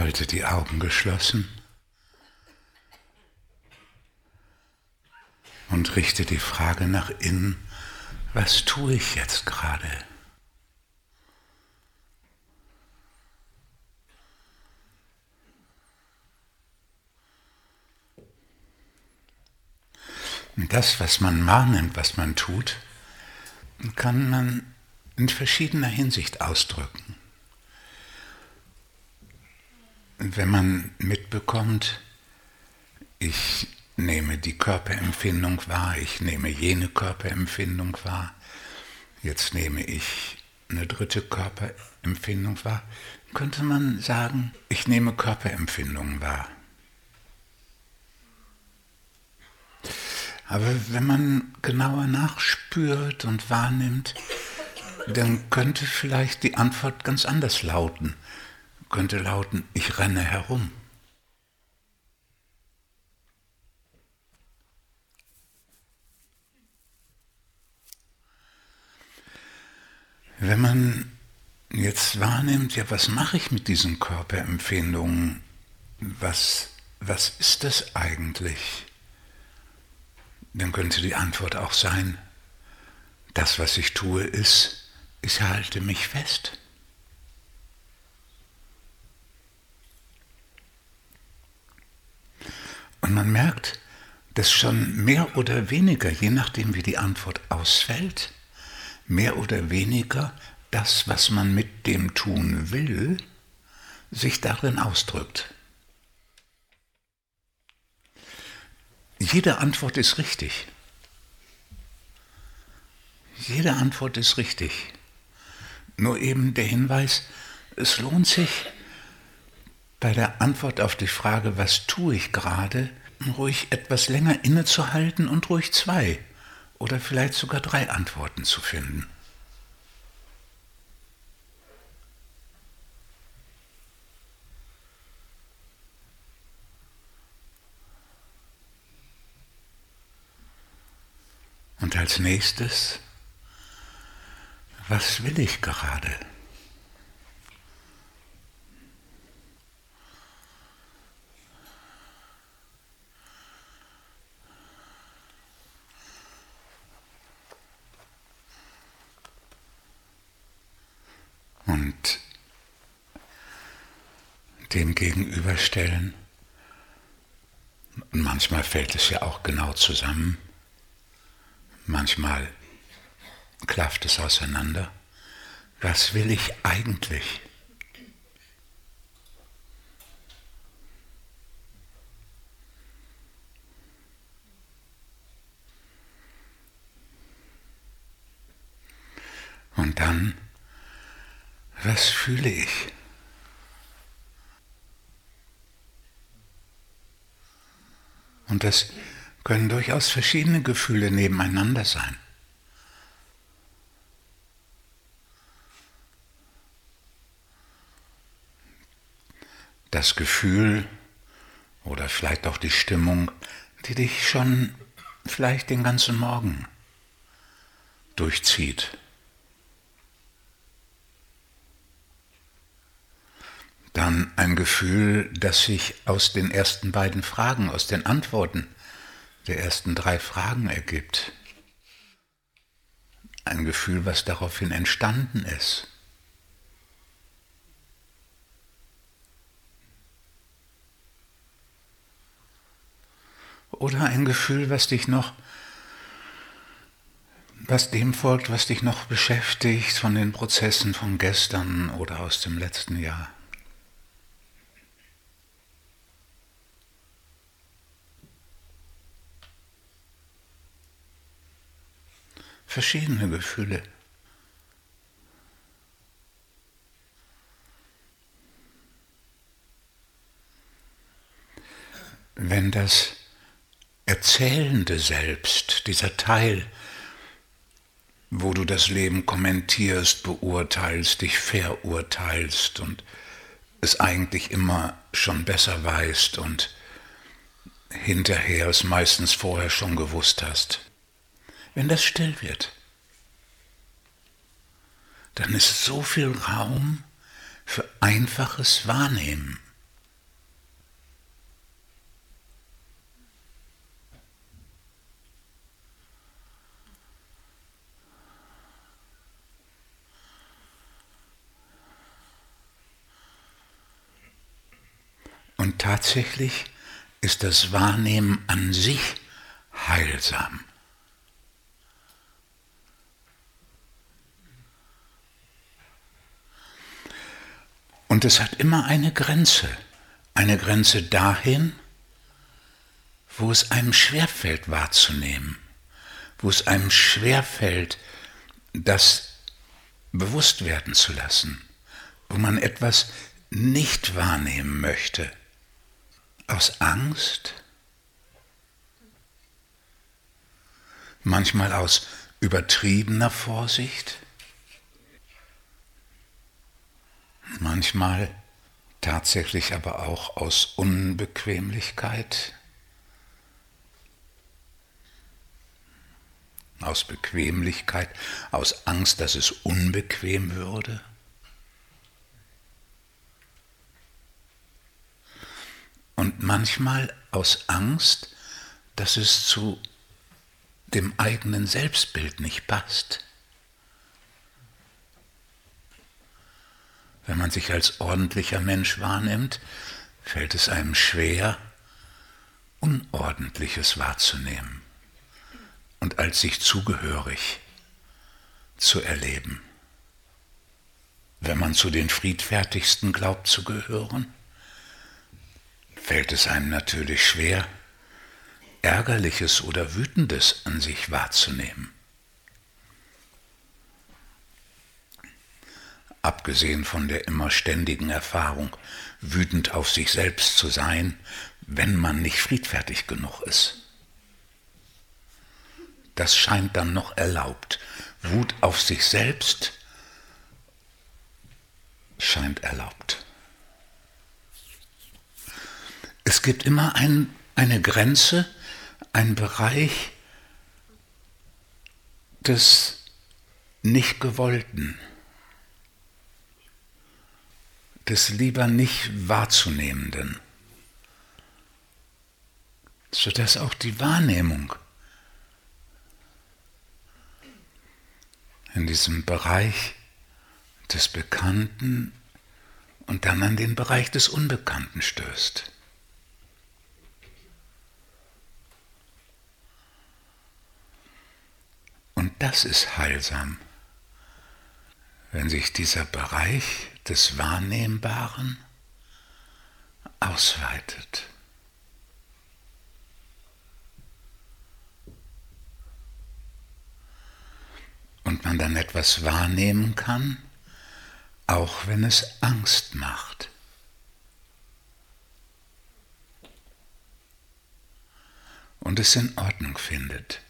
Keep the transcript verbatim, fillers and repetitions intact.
Halte die Augen geschlossen und richte die Frage nach innen, was tue ich jetzt gerade? Und das, was man wahrnimmt, was man tut, kann man in verschiedener Hinsicht ausdrücken. Wenn man mitbekommt, ich nehme die Körperempfindung wahr, ich nehme jene Körperempfindung wahr, jetzt nehme ich eine dritte Körperempfindung wahr, könnte man sagen, ich nehme Körperempfindungen wahr. Aber wenn man genauer nachspürt und wahrnimmt, dann könnte vielleicht die Antwort ganz anders lauten. Könnte lauten, ich renne herum. Wenn man jetzt wahrnimmt, ja, was mache ich mit diesen Körperempfindungen? Was, was ist das eigentlich? Dann könnte die Antwort auch sein, das, was ich tue, ist, ich halte mich fest. Und man merkt, dass schon mehr oder weniger, je nachdem wie die Antwort ausfällt, mehr oder weniger das, was man mit dem tun will, sich darin ausdrückt. Jede Antwort ist richtig. Jede Antwort ist richtig. Nur eben der Hinweis, es lohnt sich, bei der Antwort auf die Frage, was tue ich gerade, ruhig etwas länger innezuhalten und ruhig zwei oder vielleicht sogar drei Antworten zu finden. Und als nächstes, was will ich gerade? Und dem gegenüberstellen. Und manchmal fällt es ja auch genau zusammen. Manchmal klafft es auseinander. Was will ich eigentlich? Und dann, was fühle ich? Und das können durchaus verschiedene Gefühle nebeneinander sein. Das Gefühl oder vielleicht auch die Stimmung, die dich schon vielleicht den ganzen Morgen durchzieht. Dann ein Gefühl, das sich aus den ersten beiden Fragen, aus den Antworten der ersten drei Fragen ergibt. Ein Gefühl, was daraufhin entstanden ist. Oder ein Gefühl, was dich noch, was dem folgt, was dich noch beschäftigt von den Prozessen von gestern oder aus dem letzten Jahr. Verschiedene Gefühle. Wenn das erzählende Selbst, dieser Teil, wo du das Leben kommentierst, beurteilst, dich verurteilst und es eigentlich immer schon besser weißt und hinterher es meistens vorher schon gewusst hast, wenn das still wird, dann ist so viel Raum für einfaches Wahrnehmen. Und tatsächlich ist das Wahrnehmen an sich heilsam. Und es hat immer eine Grenze, eine Grenze dahin, wo es einem schwerfällt wahrzunehmen, wo es einem schwerfällt, das bewusst werden zu lassen, wo man etwas nicht wahrnehmen möchte, aus Angst, manchmal aus übertriebener Vorsicht, manchmal tatsächlich aber auch aus Unbequemlichkeit, aus Bequemlichkeit, aus Angst, dass es unbequem würde. Und manchmal aus Angst, dass es zu dem eigenen Selbstbild nicht passt. Wenn man sich als ordentlicher Mensch wahrnimmt, fällt es einem schwer, Unordentliches wahrzunehmen und als sich zugehörig zu erleben. Wenn man zu den Friedfertigsten glaubt zu gehören, fällt es einem natürlich schwer, Ärgerliches oder Wütendes an sich wahrzunehmen. Abgesehen von der immer ständigen Erfahrung, wütend auf sich selbst zu sein, wenn man nicht friedfertig genug ist. Das scheint dann noch erlaubt. Wut auf sich selbst scheint erlaubt. Es gibt immer ein, eine Grenze, einen Bereich des Nicht-Gewollten, des lieber nicht Wahrzunehmenden, sodass auch die Wahrnehmung in diesem Bereich des Bekannten und dann an den Bereich des Unbekannten stößt. Und das ist heilsam, wenn sich dieser Bereich des Wahrnehmbaren ausweitet. Und man dann etwas wahrnehmen kann, auch wenn es Angst macht. Und es in Ordnung findet.